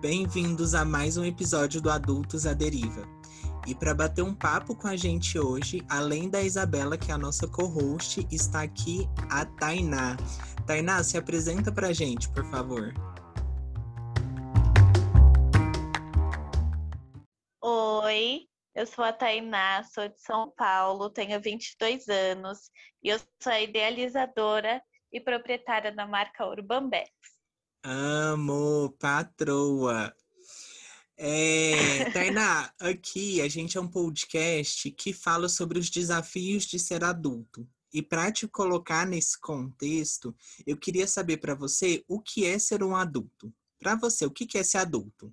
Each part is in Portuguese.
Bem-vindos a mais um episódio do Adultos à Deriva. E para bater um papo com a gente hoje, além da Isabela, que é a nossa co-host, está aqui a Tainá. Tainá, se apresenta pra gente, por favor. Oi, eu sou a Tainá, sou de São Paulo, tenho 22 anos e eu sou a idealizadora e proprietária da marca Urban Bags. Amo, patroa! Tainá, aqui a gente é um podcast que fala sobre os desafios de ser adulto. E para te colocar nesse contexto, eu queria saber para você o que é ser um adulto. Para você, o que é ser adulto?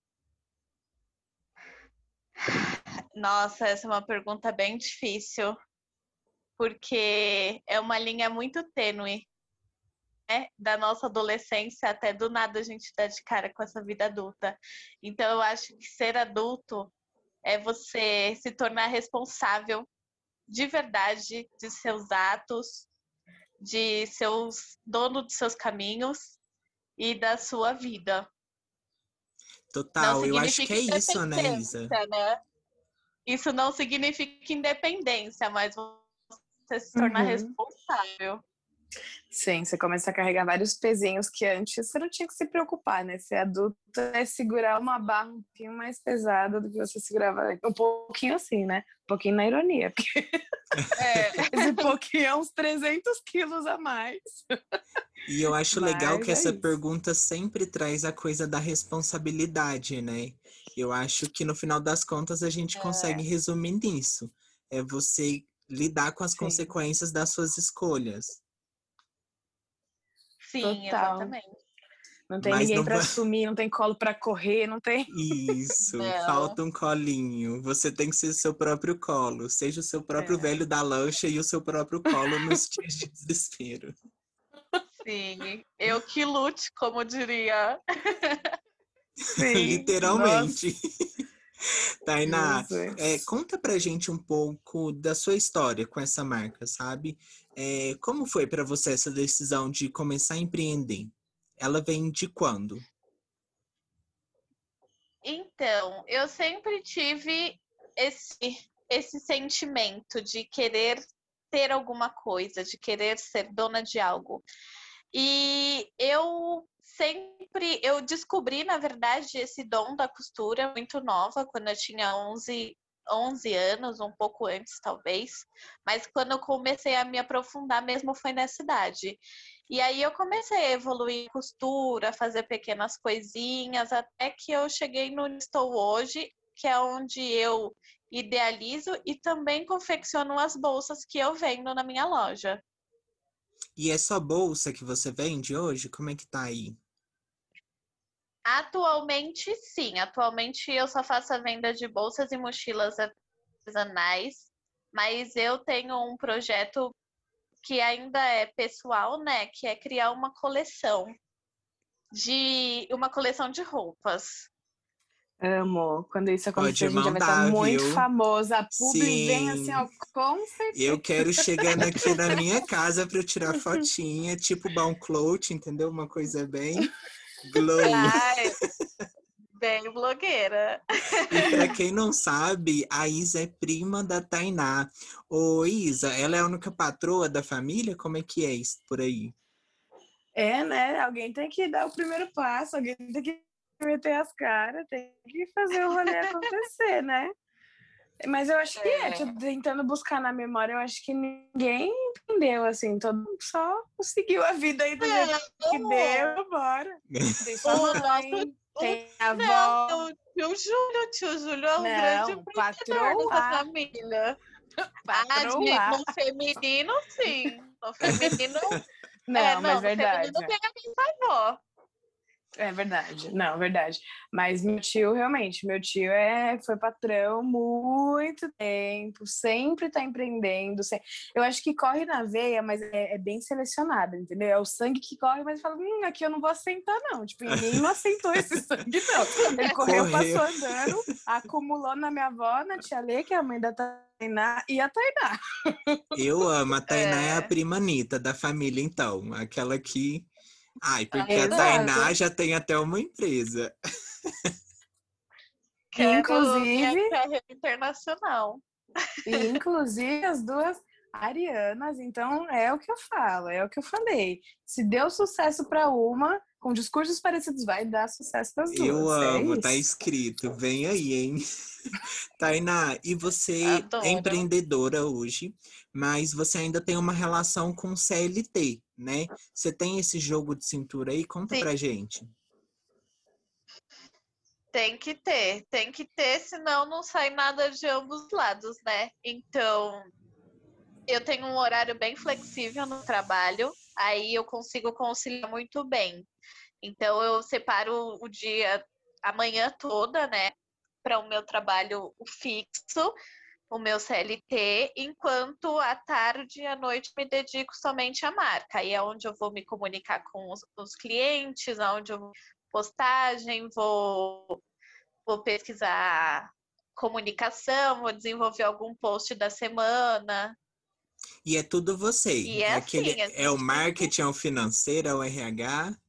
Nossa, essa é uma pergunta bem difícil, porque é uma linha muito tênue, né? Da nossa adolescência até do nada a gente dá de cara com essa vida adulta. Então eu acho que ser adulto é você se tornar responsável de verdade de seus atos, de seus dono de seus caminhos e da sua vida. Total, eu acho que é isso, né, Isa? Né? Isso não significa independência, mas você se tornar responsável. Sim, você começa a carregar vários pezinhos que antes você não tinha que se preocupar, né? Ser adulto é segurar uma barra um pouquinho mais pesada do que você segurava. Um pouquinho assim, né? Um pouquinho na ironia. Porque esse pouquinho é uns 300 quilos a mais. E eu acho legal que essa pergunta sempre traz a coisa da responsabilidade, né? Eu acho que no final das contas a gente consegue resumir nisso. É você lidar com as consequências das suas escolhas. Sim, total. Exatamente. Não tem ninguém pra assumir, não tem colo pra correr, não tem... Isso, falta um colinho. Você tem que ser seu próprio colo. Seja o seu próprio velho da lancha e o seu próprio colo nos dias de desespero. Sim, eu que lute, como diria. Sim, literalmente. Tainá, conta pra gente um pouco da sua história com essa marca, sabe? Como foi pra você essa decisão de começar a empreender? Ela vem de quando? Então, eu sempre tive esse sentimento de querer ter alguma coisa, de querer ser dona de algo. E eu descobri, na verdade, esse dom da costura muito nova, quando eu tinha 11 anos, um pouco antes, talvez. Mas quando eu comecei a me aprofundar mesmo foi nessa idade. E aí eu comecei a evoluir costura, fazer pequenas coisinhas, até que eu cheguei no onde estou hoje, que é onde eu idealizo e também confecciono as bolsas que eu vendo na minha loja. E é só bolsa que você vende hoje? Como é que tá aí? Atualmente, sim. Atualmente eu só faço a venda de bolsas e mochilas artesanais, mas eu tenho um projeto que ainda é pessoal, né? Que é criar uma coleção de roupas. Amo. Quando isso acontecer, a gente vai estar muito famosa. A publi vem assim, ó, com certeza. Eu quero chegando aqui na minha casa para tirar fotinha, tipo Baunclout, entendeu? Uma coisa bem glow. Bem blogueira. E para quem não sabe, a Isa é prima da Tainá. Ô, Isa, ela é a única patroa da família? Como é que é isso por aí? Né? Alguém tem que dar o primeiro passo, alguém tem que meter as caras, tem que fazer o rolê acontecer, né? Mas eu acho que tô tentando buscar na memória, eu acho que ninguém entendeu, assim, todo mundo só seguiu a vida aí do jeito que deu, bora. Tem sua mãe, tem a avó. Tio Júlio é um grande patroa da família. No feminino, sim. No feminino... mas verdade. No feminino tem a minha avó. É verdade, não, verdade. Mas meu tio foi patrão muito tempo, sempre tá empreendendo. Eu acho que corre na veia, mas é bem selecionado, entendeu? É o sangue que corre, mas fala, aqui eu não vou assentar, não. Tipo, ninguém não assentou esse sangue, não. Ele correu, passou andando, acumulou na minha avó, na tia Lê, que é a mãe da Tainá, e a Tainá. Eu amo, a Tainá é a prima Anitta da família, então. Aquela que Ai, porque a Tainá já tem até uma empresa. Quero minha Inclusive, carreira internacional. inclusive as duas arianas, então é o que eu falo, é o que eu falei. Se deu sucesso para uma, com discursos parecidos, vai dar sucesso para as Eu duas. amo, É tá isso. escrito. Vem aí, hein? Tainá, e você é Adoro. empreendedora hoje, mas você ainda tem uma relação com CLT, né? Você tem esse jogo de cintura aí? Conta Sim. pra gente. Tem que ter, senão não sai nada de ambos os lados, né? Então, eu tenho um horário bem flexível no trabalho, aí eu consigo conciliar muito bem. Então, eu separo o dia, a manhã toda, né, para o meu trabalho fixo, o meu CLT, enquanto à tarde e à noite me dedico somente à marca. Aí é onde eu vou me comunicar com os clientes, onde eu vou postagem, vou pesquisar comunicação, vou desenvolver algum post da semana. E é tudo você. E é assim, a É o gente, marketing, é o financeiro, é o RH.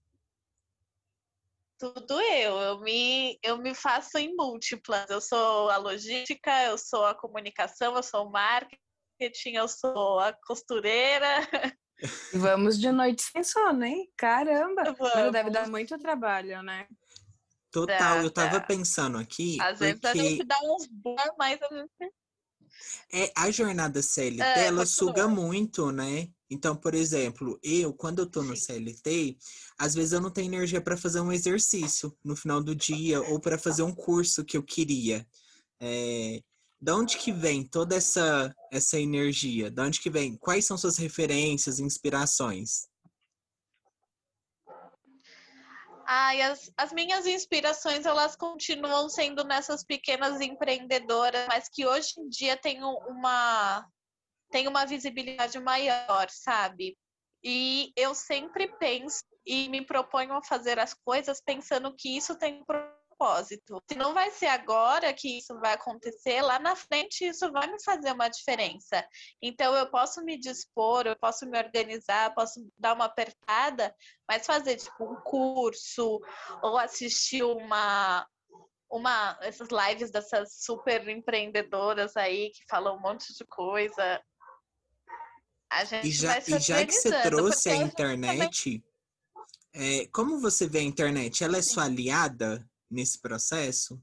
tudo eu me faço em múltiplas. Eu sou a logística, eu sou a comunicação, eu sou o marketing, eu sou a costureira. Vamos de noite sem sono, hein? Caramba! Mas não deve dar Vamos. muito trabalho, né? Total, eu tava Dá. pensando aqui, Às vezes a gente porque dá uns boa, mas a gente. a jornada CLT, ela suga Continua. muito, né? Então, por exemplo, quando eu tô no Sim. CLT, às vezes eu não tenho energia para fazer um exercício no final do dia ou para fazer um curso que eu queria. Da onde que vem toda essa energia? Da onde que vem? Quais são suas referências, inspirações? E as minhas inspirações, elas continuam sendo nessas pequenas empreendedoras, mas que hoje em dia tem uma visibilidade maior, sabe? E eu sempre penso e me proponho a fazer as coisas pensando que isso tem um propósito. Se não vai ser agora que isso vai acontecer, lá na frente isso vai me fazer uma diferença. Então eu posso me dispor, eu posso me organizar, posso dar uma apertada, mas fazer tipo um curso ou assistir essas lives dessas super empreendedoras aí que falam um monte de coisa, a gente vai se E já que você organizando, trouxe porque a a gente também. internet, como você vê a internet? Ela é Sim. sua aliada nesse processo?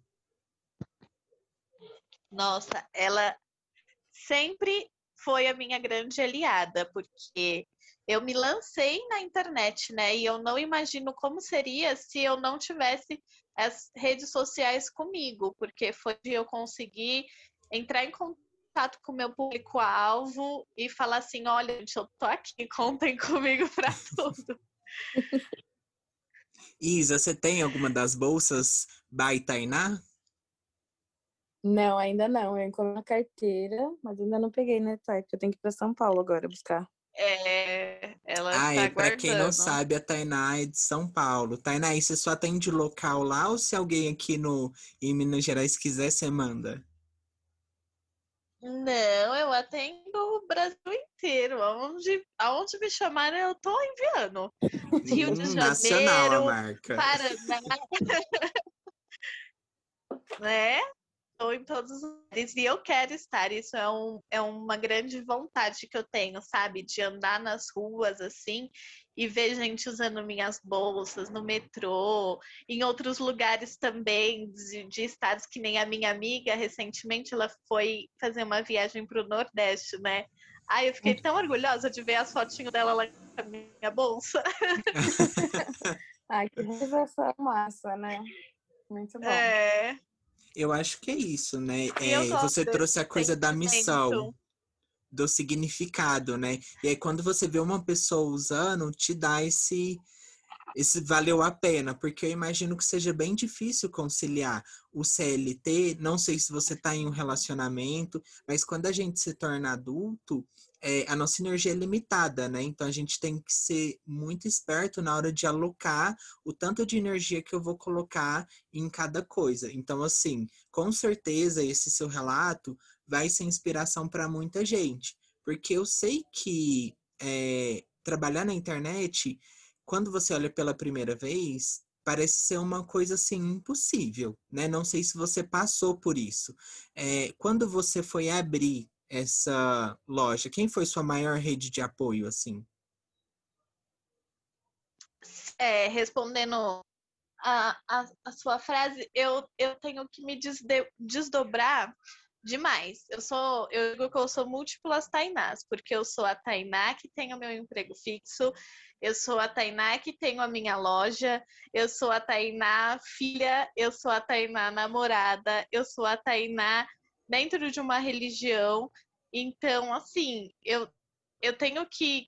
Nossa, ela sempre foi a minha grande aliada, porque eu me lancei na internet, né? E eu não imagino como seria se eu não tivesse as redes sociais comigo, porque foi onde eu consegui entrar em contato com o meu público-alvo e falar assim: olha, gente, eu tô aqui, contem comigo para tudo. Isa, você tem alguma das bolsas by Tainá? Não, ainda não. Eu encontrei uma carteira, mas ainda não peguei, né, Thay? Porque eu tenho que ir para São Paulo agora buscar. Ela está Pra quem não aguardando. sabe, a Tainá é de São Paulo. Tainá, e você só atende local lá ou se alguém aqui em Minas Gerais quiser, você manda? Não, eu atendo o Brasil inteiro. Aonde me chamarem, eu tô enviando. Rio de Nacional a Janeiro, marca. Paraná, né? Estou em todos os lugares e eu quero estar. Isso é uma grande vontade que eu tenho, sabe? De andar nas ruas assim e ver gente usando minhas bolsas no metrô, em outros lugares também, de estados que nem a minha amiga. Recentemente ela foi fazer uma viagem para o Nordeste, né? Ai, eu fiquei tão orgulhosa de ver as fotinhos dela lá com a minha bolsa. Ai, que realização massa, né? Muito bom. Eu acho que é isso, né? E eu gosto Você trouxe desse a coisa da missão, sentimento. do significado, né? E aí quando você vê uma pessoa usando, te dá esse valeu a pena, porque eu imagino que seja bem difícil conciliar o CLT, não sei se você está em um relacionamento, mas quando a gente se torna adulto, a nossa energia é limitada, né? Então a gente tem que ser muito esperto na hora de alocar o tanto de energia que eu vou colocar em cada coisa. Então, assim, com certeza esse seu relato vai ser inspiração para muita gente, porque eu sei que trabalhar na internet quando você olha pela primeira vez, parece ser uma coisa assim impossível, né? Não sei se você passou por isso. Quando você foi abrir essa loja, quem foi sua maior rede de apoio, assim? Respondendo a sua frase, eu tenho que me desdobrar demais. Eu digo que eu sou múltiplas Tainás, porque eu sou a Tainá que tem o meu emprego fixo, eu sou a Tainá que tenho a minha loja, eu sou a Tainá filha, eu sou a Tainá namorada, eu sou a Tainá dentro de uma religião. Então, assim, eu tenho que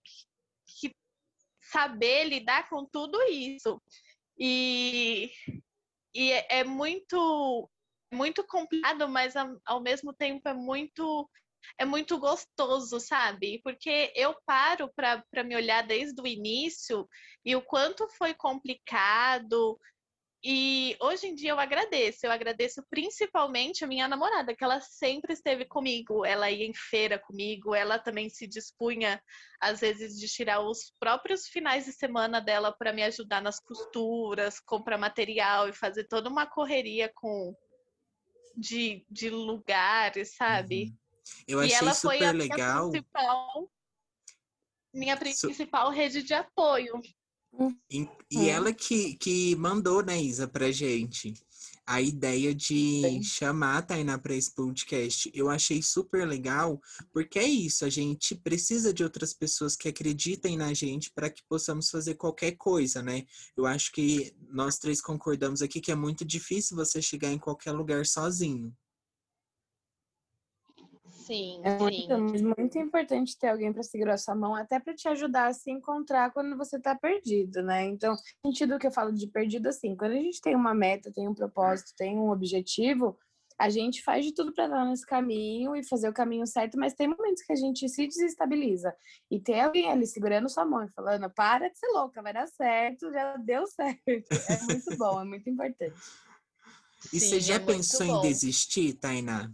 saber lidar com tudo isso. E, é muito complicado, mas ao mesmo tempo é muito gostoso, sabe? Porque eu paro para me olhar desde o início e o quanto foi complicado. E hoje em dia eu agradeço principalmente a minha namorada, que ela sempre esteve comigo, ela ia em feira comigo, ela também se dispunha, às vezes, de tirar os próprios finais de semana dela para me ajudar nas costuras, comprar material e fazer toda uma correria de lugares, sabe? Eu E achei ela foi super a legal. minha principal rede de apoio. E ela que mandou, né, Isa, pra gente a ideia de chamar a Tainá para esse podcast. Eu achei super legal, porque é isso, a gente precisa de outras pessoas que acreditem na gente para que possamos fazer qualquer coisa, né? Eu acho que nós três concordamos aqui que é muito difícil você chegar em qualquer lugar sozinho. Sim, muito importante ter alguém para segurar a sua mão, até para te ajudar a se encontrar quando você está perdido, né? Então, no sentido que eu falo de perdido, assim, quando a gente tem uma meta, tem um propósito, tem um objetivo, a gente faz de tudo para estar nesse caminho e fazer o caminho certo, mas tem momentos que a gente se desestabiliza. E ter alguém ali segurando sua mão e falando, para de ser louca, vai dar certo, já deu certo. É muito bom, é muito importante. E você já pensou em desistir, Tainá?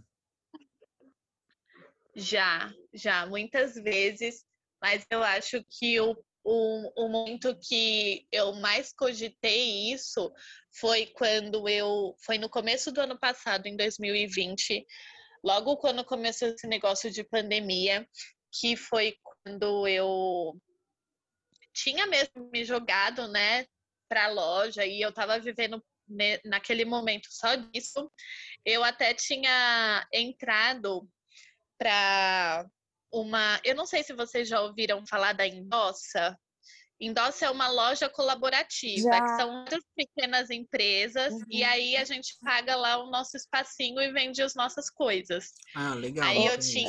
Já, muitas vezes, mas eu acho que o momento que eu mais cogitei isso foi foi no começo do ano passado, em 2020, logo quando começou esse negócio de pandemia, que foi quando eu tinha mesmo me jogado, né, para a loja e eu estava vivendo naquele momento só disso. Eu até tinha entrado para eu não sei se vocês já ouviram falar da Endossa. Endossa é uma loja colaborativa, que são outras pequenas empresas, e aí a gente paga lá o nosso espacinho e vende as nossas coisas. Ah, legal. Aí eu tinha...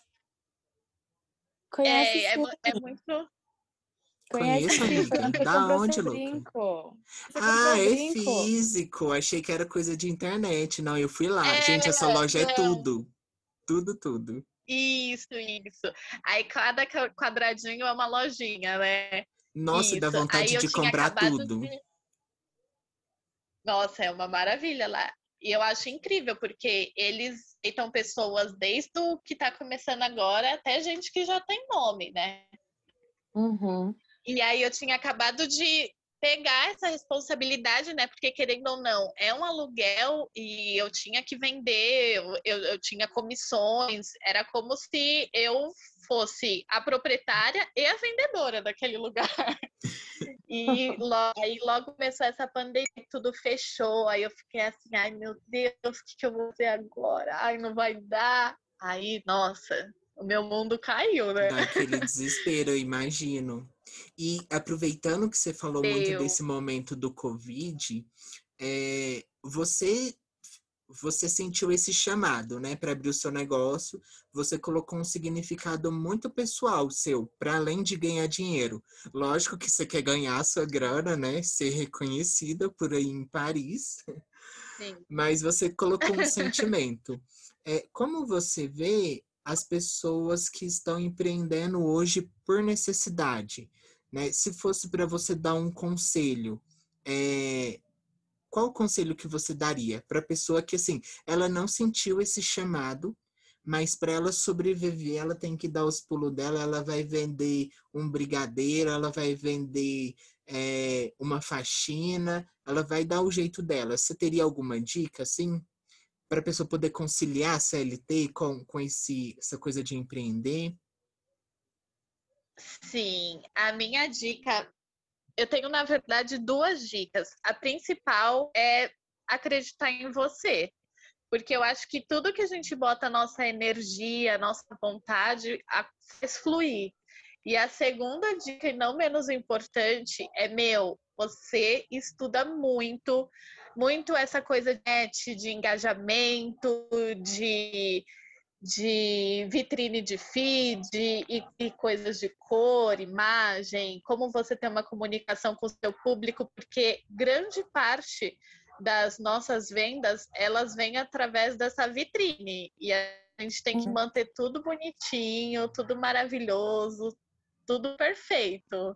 Conhece é muito... Conheço, amiga. Da onde, Luca? Ah, é físico. Achei que era coisa de internet. Não, eu fui lá. Gente, essa loja é tudo. Tudo. Isso. Aí cada quadradinho é uma lojinha, né? Nossa, dá vontade de comprar tudo. Nossa, é uma maravilha lá. E eu acho incrível, porque eles aceitam pessoas desde o que tá começando agora até gente que já tem nome, né? E aí eu tinha acabado de pegar essa responsabilidade, né? Porque, querendo ou não, é um aluguel e eu tinha que vender, eu tinha comissões, era como se eu fosse a proprietária e a vendedora daquele lugar. E aí logo começou essa pandemia, tudo fechou, aí eu fiquei assim, ai meu Deus, o que eu vou fazer agora? Ai, não vai dar. Aí, nossa, o meu mundo caiu, né? Daquele desespero, eu imagino. E aproveitando que você falou muito desse momento do Covid, você sentiu esse chamado, né, para abrir o seu negócio, você colocou um significado muito pessoal seu, para além de ganhar dinheiro. Lógico que você quer ganhar a sua grana, né, ser reconhecida por aí em Paris, Sim. Mas você colocou um sentimento. Como você vê as pessoas que estão empreendendo hoje por necessidade, né? Se fosse para você dar um conselho, qual o conselho que você daria para a pessoa que, assim, ela não sentiu esse chamado, mas para ela sobreviver, ela tem que dar os pulos dela, ela vai vender um brigadeiro, ela vai vender uma faxina, ela vai dar o jeito dela. Você teria alguma dica, assim, para a pessoa poder conciliar a CLT com essa coisa de empreender? Sim, a minha dica, eu tenho, na verdade, 2 dicas. A principal é acreditar em você. Porque eu acho que tudo que a gente bota a nossa energia, a nossa vontade, faz fluir. E a segunda dica, e não menos importante, é, você estuda muito, muito essa coisa de engajamento, de vitrine de feed e coisas de cor, imagem, como você tem uma comunicação com o seu público, porque grande parte das nossas vendas, elas vêm através dessa vitrine, e a gente tem que manter tudo bonitinho, tudo maravilhoso, tudo perfeito.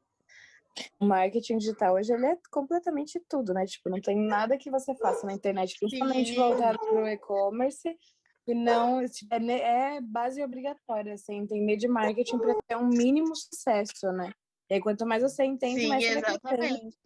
O marketing digital hoje ele é completamente tudo, né? Tipo, não tem nada que você faça na internet, principalmente voltado para o e-commerce, e não é base obrigatória, assim, entender de marketing para ter um mínimo sucesso, né? E aí, quanto mais você entende, mais você vai exatamente.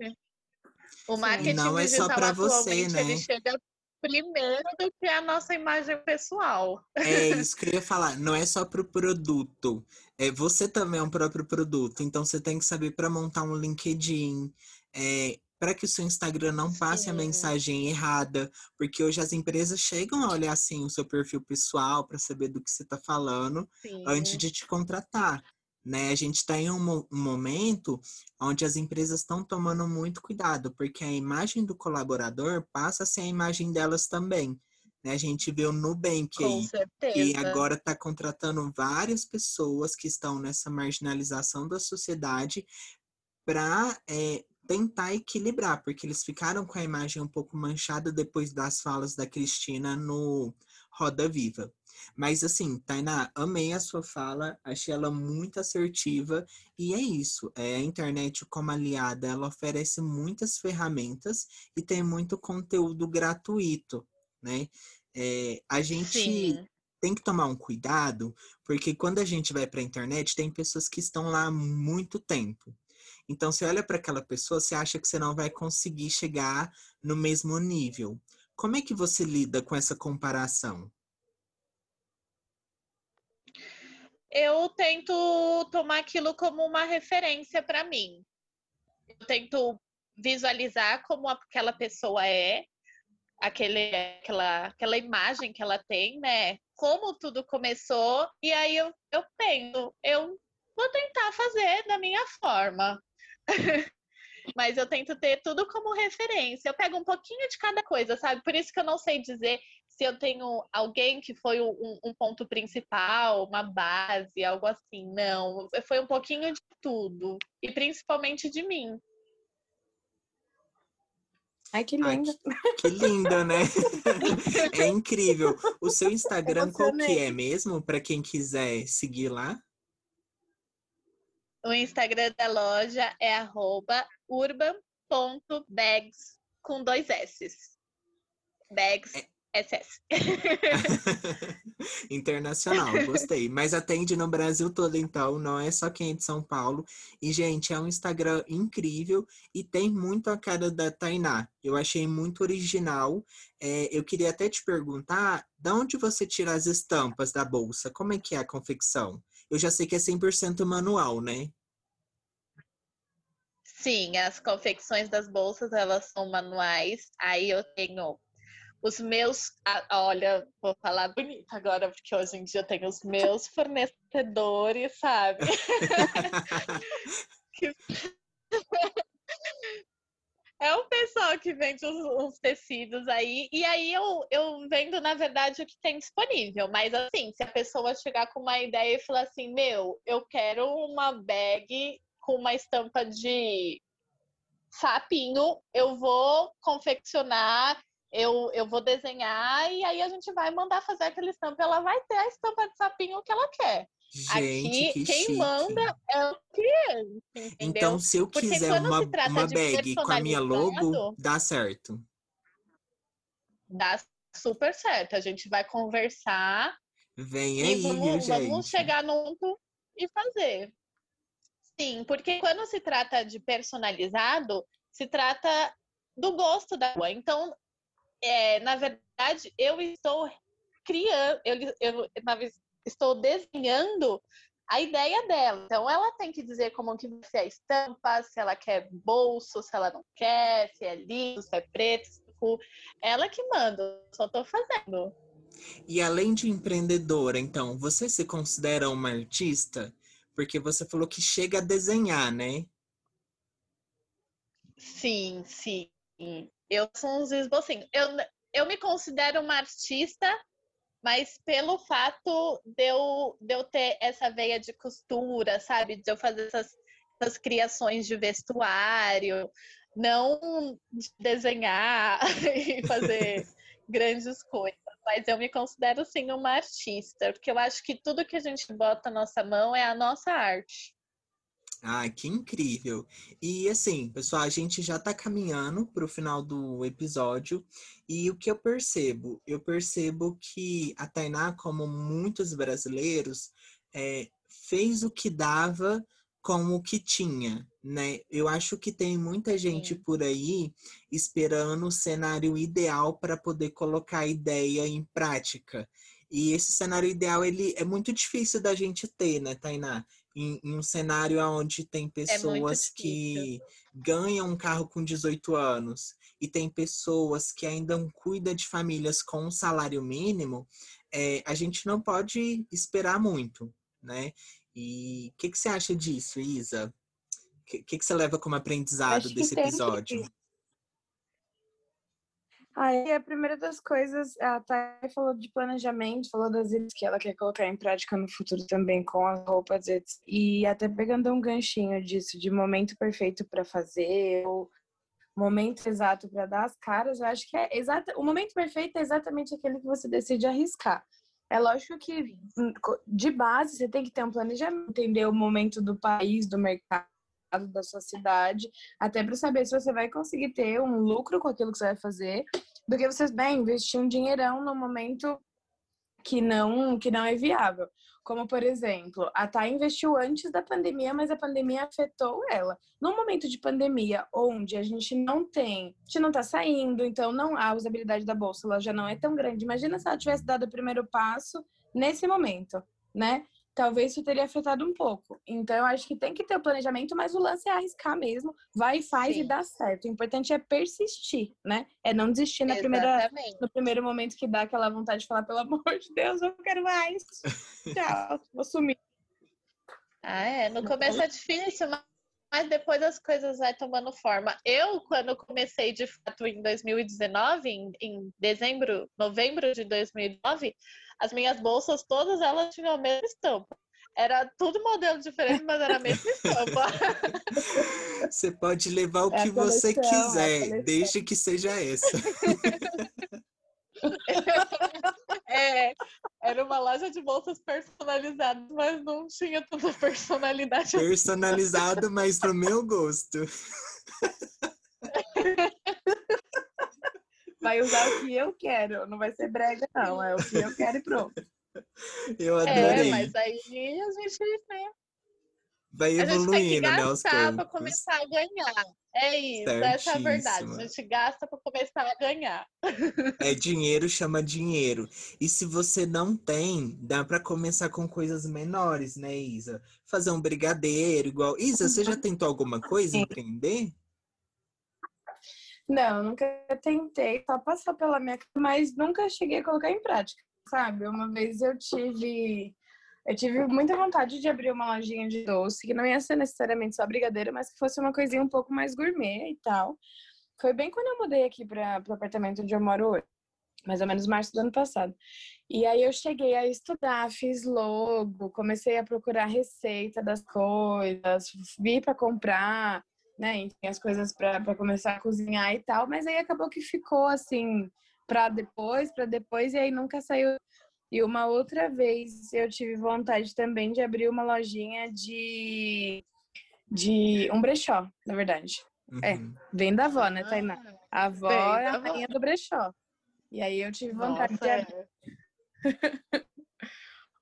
O Sim. marketing Não é só digital para você, atualmente né? ele chega primeiro do que a nossa imagem pessoal. É isso que eu ia falar. Não é só para o produto. Você também é um próprio produto. Então você tem que saber para montar um LinkedIn, para que o seu Instagram não passe a mensagem errada, porque hoje as empresas chegam a olhar assim o seu perfil pessoal para saber do que você está falando antes de te contratar. Né? A gente está em um momento onde as empresas estão tomando muito cuidado, porque a imagem do colaborador passa a ser a imagem delas também. Né? A gente vê o Nubank aí, que agora está contratando várias pessoas que estão nessa marginalização da sociedade para tentar equilibrar, porque eles ficaram com a imagem um pouco manchada depois das falas da Cristina no Roda Viva. Mas assim, Tainá, amei a sua fala, achei ela muito assertiva, e é isso, a internet como aliada, ela oferece muitas ferramentas e tem muito conteúdo gratuito, né? A gente tem que tomar um cuidado, porque quando a gente vai para a internet, tem pessoas que estão lá há muito tempo. Então, você olha para aquela pessoa, você acha que você não vai conseguir chegar no mesmo nível. Como é que você lida com essa comparação? Eu tento tomar aquilo como uma referência para mim. Eu tento visualizar como aquela pessoa é, aquela imagem que ela tem, né? Como tudo começou, e aí eu penso, eu vou tentar fazer da minha forma. Mas eu tento ter tudo como referência. Eu pego um pouquinho de cada coisa, sabe? Por isso que eu não sei dizer se eu tenho alguém que foi um ponto principal, uma base, algo assim. Não, foi um pouquinho de tudo. E principalmente de mim. Ai, que lindo. Que lindo, né? É incrível. O seu Instagram qual que é mesmo? Para quem quiser seguir lá? O Instagram da loja é @urban.bags com 2 S's. Bags SS. Internacional, gostei. Mas atende no Brasil todo, então, não é só quem é de São Paulo. E, gente, é um Instagram incrível e tem muito a cara da Tainá. Eu achei muito original. Eu queria até te perguntar, de onde você tira as estampas da bolsa? Como é que é a confecção? Eu já sei que é 100% manual, né? Sim, as confecções das bolsas, elas são manuais. Aí eu tenho os meus, olha, vou falar bonito agora, porque hoje em dia eu tenho os meus fornecedores, sabe? É o pessoal que vende os tecidos aí, e aí eu vendo, na verdade, o que tem disponível. Mas assim, se a pessoa chegar com uma ideia e falar assim, eu quero uma bag com uma estampa de sapinho, eu vou confeccionar, eu vou desenhar e aí a gente vai mandar fazer aquela estampa. Ela vai ter a estampa de sapinho que ela quer. Gente, Aqui, que quem chique. manda é o cliente, entendeu? Então, se eu quiser uma de bag com a minha logo, dá certo. Dá super certo. A gente vai conversar Vem E aí, viu, vamos gente? chegar num ponto e fazer. Sim, porque quando se trata de personalizado, se trata do gosto da pessoa. Então, na verdade, eu estou criando, estou desenhando a ideia dela. Então, ela tem que dizer como que vai ser a estampa, se ela quer bolso, se ela não quer, se é liso, se é preto, se é cor. Ela que manda, eu só estou fazendo. E além de empreendedora, então, você se considera uma artista? Porque você falou que chega a desenhar, né? Sim, sim. Eu sou uns esbocinhos. Eu me considero uma artista, mas pelo fato de eu ter essa veia de costura, sabe? De eu fazer essas criações de vestuário, não de desenhar e fazer grandes coisas. Mas eu me considero, sim, uma artista, porque eu acho que tudo que a gente bota na nossa mão é a nossa arte. Ah, que incrível! E assim, pessoal, a gente já está caminhando para o final do episódio e o que eu percebo? Eu percebo que a Tainá, como muitos brasileiros, fez o que dava com o que tinha, né? Eu acho que tem muita gente Sim. por aí esperando o cenário ideal para poder colocar a ideia em prática. E esse cenário ideal, ele é muito difícil da gente ter, né, Tainá? Em um cenário onde tem É muito pessoas difícil. que ganham um carro com 18 anos e tem pessoas que ainda cuidam de famílias com um salário mínimo, a gente não pode esperar muito, né? E o que você acha disso, Isa? O que você leva como aprendizado Acho que desse tem episódio? que. Aí a primeira das coisas, a Thay falou de planejamento, falou das ideias que ela quer colocar em prática no futuro também com as roupas, e até pegando um ganchinho disso, de momento perfeito para fazer, ou momento exato para dar as caras, eu acho que o momento perfeito é exatamente aquele que você decide arriscar. É lógico que de base você tem que ter um planejamento, entender o momento do país, do mercado, da sua cidade, até para saber se você vai conseguir ter um lucro com aquilo que você vai fazer, do que você investir um dinheirão no momento que não é viável. Como, por exemplo, a Thay investiu antes da pandemia, mas a pandemia afetou ela. No momento de pandemia, onde a gente não está saindo, então não a usabilidade da bolsa ela já não é tão grande. Imagina se ela tivesse dado o primeiro passo nesse momento, né? Talvez isso teria afetado um pouco. Então, eu acho que tem que ter o planejamento, mas o lance é arriscar mesmo. Vai e faz e dá certo. O importante é persistir, né? É não desistir Exatamente. no primeiro momento que dá aquela vontade de falar, pelo amor de Deus, eu não quero mais. Tchau, vou sumir. No começo é difícil, mas depois as coisas vai tomando forma. Eu, quando comecei de fato em 2019, em novembro de 2009, as minhas bolsas todas elas tinham a mesma estampa. Era tudo modelo diferente, mas era a mesma estampa. Você pode levar o que você quiser, desde que seja essa. Era uma loja de bolsas personalizadas, mas não tinha tanta personalidade. Personalizado, mas pro meu gosto. Vai usar o que eu quero, não vai ser brega, não. É o que eu quero e pronto. Eu adorei. Mas aí a gente, né? Vai A gente tem que evoluindo, né, aos gastar para poucos. começar a ganhar. É isso, essa é a verdade. A gente gasta para começar a ganhar. Dinheiro chama dinheiro. E se você não tem, dá para começar com coisas menores, né, Isa? Fazer um brigadeiro, igual. Isa, você já tentou alguma coisa, empreender? Não, nunca tentei, só passou pela minha cabeça, mas nunca cheguei a colocar em prática, sabe? Uma vez eu tive muita vontade de abrir uma lojinha de doce, que não ia ser necessariamente só brigadeiro, mas que fosse uma coisinha um pouco mais gourmet e tal. Foi bem quando eu mudei aqui para o apartamento onde eu moro hoje, mais ou menos março do ano passado. E aí eu cheguei a estudar, fiz logo, comecei a procurar receita das coisas, vi para comprar, né, enfim, as coisas para começar a cozinhar e tal, mas aí acabou que ficou assim para depois, e aí nunca saiu. E uma outra vez eu tive vontade também de abrir uma lojinha de um brechó, na verdade. Vem da avó, né, Tainá? A avó é a rainha do brechó. E aí eu tive vontade de abrir.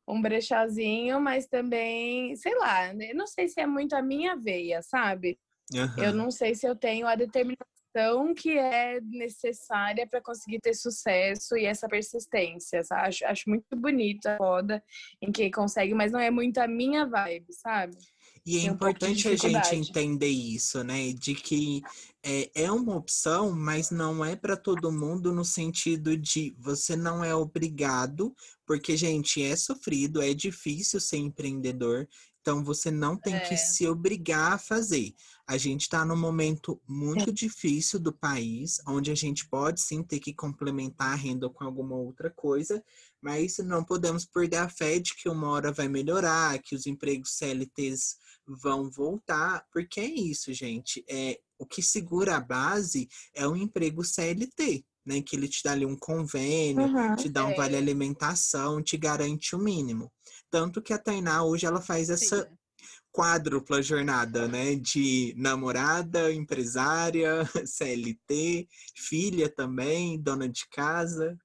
um brechazinho, mas também, sei lá, eu não sei se é muito a minha veia, sabe? Eu não sei se eu tenho a determinação que é necessária para conseguir ter sucesso e essa persistência, sabe? Acho muito bonita, foda em quem consegue, mas não é muito a minha vibe, sabe? E é importante a gente entender isso, né? De que é uma opção, mas não é para todo mundo no sentido de você não é obrigado, porque, gente, é sofrido, é difícil ser empreendedor, então você não tem que se obrigar a fazer. A gente está num momento muito difícil do país, onde a gente pode sim ter que complementar a renda com alguma outra coisa, mas não podemos perder a fé de que uma hora vai melhorar, que os empregos CLTs vão voltar, porque é isso, gente. O que segura a base é o emprego CLT, né? Que ele te dá ali um convênio, te dá um vale alimentação, te garante o mínimo. Tanto que a Tainá hoje ela faz essa quádrupla jornada, né? De namorada, empresária, CLT, filha também, dona de casa.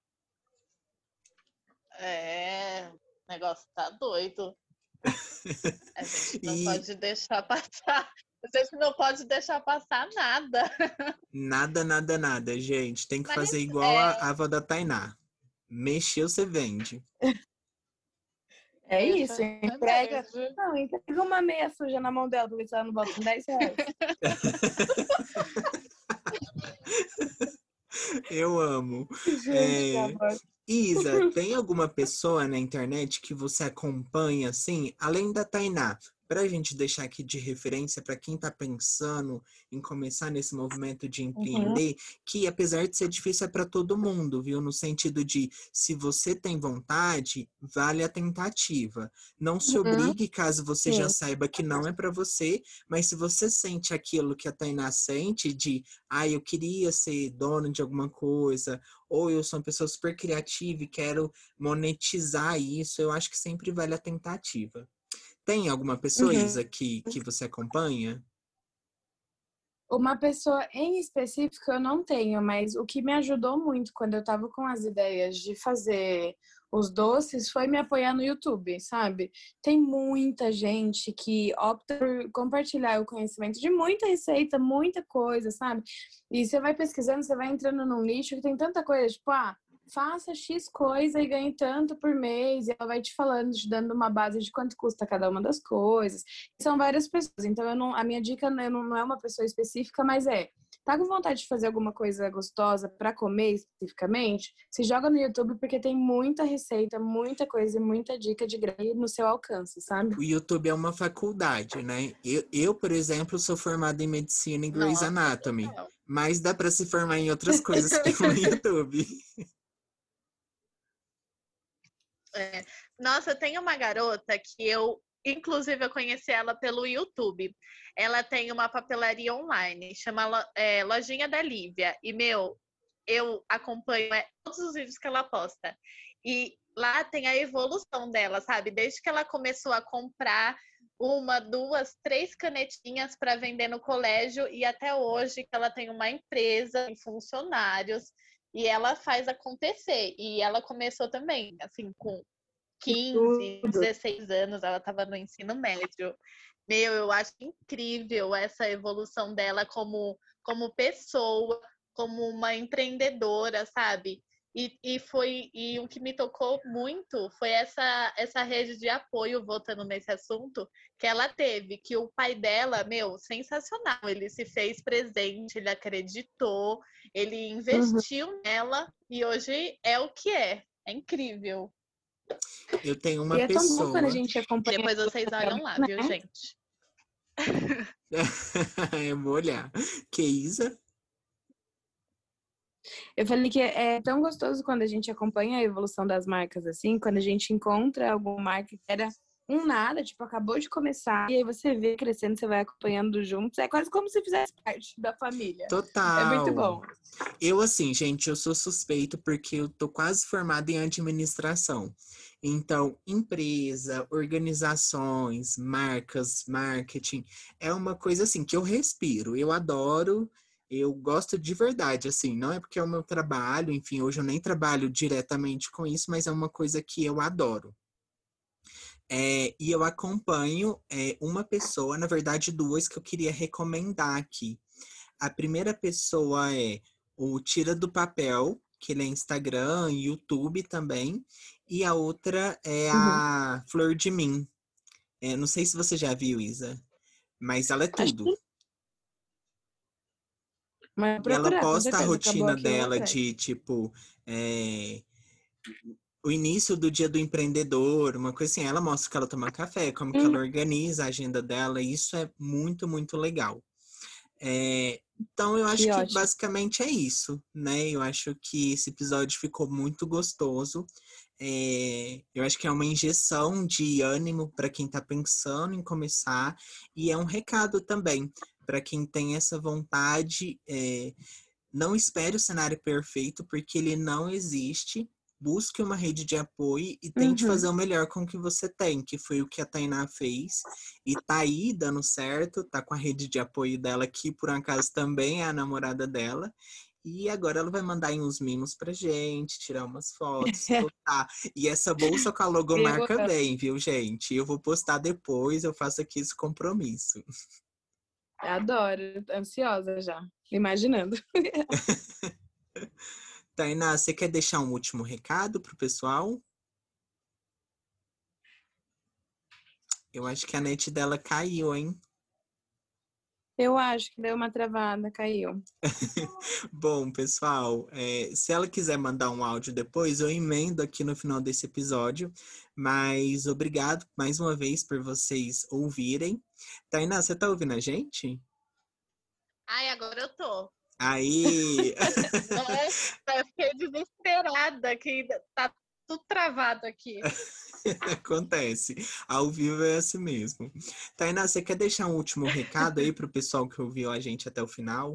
O negócio tá doido. A gente não pode deixar passar. A gente não pode deixar passar nada. Nada, gente. Tem que fazer igual a avó da Tainá. Mexeu, você vende. É isso, entrega uma meia suja na mão dela pra ver se ela não volta com R$10. Eu amo. Isa, tem alguma pessoa na internet que você acompanha, assim, além da Tainá? Para a gente deixar aqui de referência para quem está pensando em começar nesse movimento de empreender, que apesar de ser difícil é para todo mundo, viu? No sentido de, se você tem vontade, vale a tentativa. Não se obrigue caso você já saiba que não é para você, mas se você sente aquilo que a Tainá sente de, eu queria ser dono de alguma coisa, ou eu sou uma pessoa super criativa e quero monetizar isso, eu acho que sempre vale a tentativa. Tem alguma pessoa, Isa, que você acompanha? Uma pessoa em específico eu não tenho, mas o que me ajudou muito quando eu estava com as ideias de fazer os doces foi me apoiar no YouTube, sabe? Tem muita gente que opta por compartilhar o conhecimento de muita receita, muita coisa, sabe? E você vai pesquisando, você vai entrando num nicho que tem tanta coisa, tipo, faça X coisa e ganhe tanto por mês, e ela vai te falando, te dando uma base de quanto custa cada uma das coisas. E são várias pessoas, então a minha dica não é uma pessoa específica, mas tá com vontade de fazer alguma coisa gostosa para comer especificamente, se joga no YouTube porque tem muita receita, muita coisa e muita dica de graça no seu alcance, sabe? O YouTube é uma faculdade, né? Eu, por exemplo, sou formada em medicina e Grey's Anatomy, mas dá para se formar em outras coisas pelo YouTube. Nossa, tem uma garota que inclusive eu conheci ela pelo YouTube. Ela tem uma papelaria online, chama Lojinha da Lívia. E, eu acompanho todos os vídeos que ela posta. E lá tem a evolução dela, sabe? Desde que ela começou a comprar 1, 2, 3 canetinhas para vender no colégio e até hoje que ela tem uma empresa em funcionários e ela faz acontecer. E ela começou também, assim, com 15, 16 anos, ela estava no ensino médio. Eu acho incrível essa evolução dela como pessoa, como uma empreendedora, sabe? E o que me tocou muito foi essa rede de apoio, voltando nesse assunto, que ela teve, que o pai dela, sensacional, ele se fez presente, ele acreditou, ele investiu nela e hoje é o que é. É incrível. Eu tenho uma pessoa. É tão bom quando a gente acompanha. Depois vocês olham lá, viu, gente? Eu vou olhar. Que Isa? Eu falei que é tão gostoso quando a gente acompanha a evolução das marcas, assim, quando a gente encontra alguma marca que era nada, tipo, acabou de começar, e aí você vê crescendo, você vai acompanhando juntos, é quase como se fizesse parte da família. Total. É muito bom. Eu, assim, gente, eu sou suspeito porque eu tô quase formada em administração. Então, empresa, organizações, marcas, marketing, é uma coisa, assim, que eu respiro, eu adoro. Eu gosto de verdade, assim, não é porque é o meu trabalho, enfim, hoje eu nem trabalho diretamente com isso, mas é uma coisa que eu adoro. E eu acompanho uma pessoa, na verdade duas, que eu queria recomendar aqui. A primeira pessoa é o Tira do Papel, que ele é Instagram, YouTube também. E a outra é Uhum. a Flor de Mim. Não sei se você já viu, Isa, mas ela é Acho tudo. que mas E ela procurar, com posta a certeza. Acabou rotina aqui, eu vou dela atrás. de, tipo, o início do dia do empreendedor, uma coisa assim. Ela mostra que ela toma café, como que ela Hum, organiza a agenda dela, e isso é muito, muito legal. Então, eu acho que que ótimo. basicamente é isso, né? Eu acho que esse episódio ficou muito gostoso. Eu acho que é uma injeção de ânimo para quem está pensando em começar, e é um recado também para quem tem essa vontade. Não espere o cenário perfeito, porque ele não existe. Busque uma rede de apoio e tente fazer Uhum. o melhor com o que você tem, que foi o que a Tainá fez. E tá aí dando certo, tá com a rede de apoio dela, que por acaso também é a namorada dela. E agora ela vai mandar uns mimos pra gente, tirar umas fotos, postar. E essa bolsa com a Eu logomarca vem, viu, gente? Eu vou postar depois, eu faço aqui esse compromisso. adoro, tô ansiosa já, imaginando. Tainá, você quer deixar um último recado pro pessoal? Eu acho que a net dela caiu, hein? Eu acho que deu uma travada, caiu. Bom, pessoal, se ela quiser mandar um áudio depois, eu emendo aqui no final desse episódio. Mas obrigado mais uma vez por vocês ouvirem. Tainá, você tá ouvindo a gente? Ai, agora eu tô. Aí! Nossa, eu fiquei desesperada que tá tudo travado aqui. Acontece. Ao vivo é assim mesmo. Tainá, você quer deixar um último recado aí pro pessoal que ouviu a gente até o final?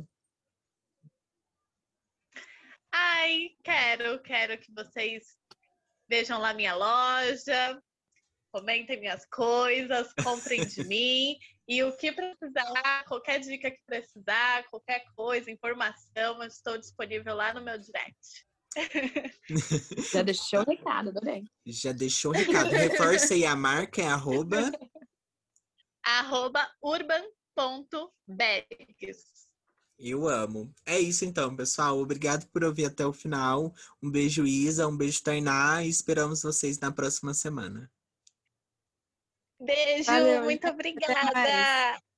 Ai, quero que vocês vejam lá minha loja, comentem minhas coisas, comprem de mim. E o que precisar, qualquer dica que precisar, qualquer coisa, informação, eu estou disponível lá no meu direct. Já deixou o recado, adorei. Já deixou o recado. Reforça aí a marca, é @urban.bags. Eu amo. É isso então, pessoal. Obrigado por ouvir até o final. Um beijo, Isa. Um beijo, Tainá. E esperamos vocês na próxima semana. Beijo, Valeu, muito gente. Até mais. obrigada!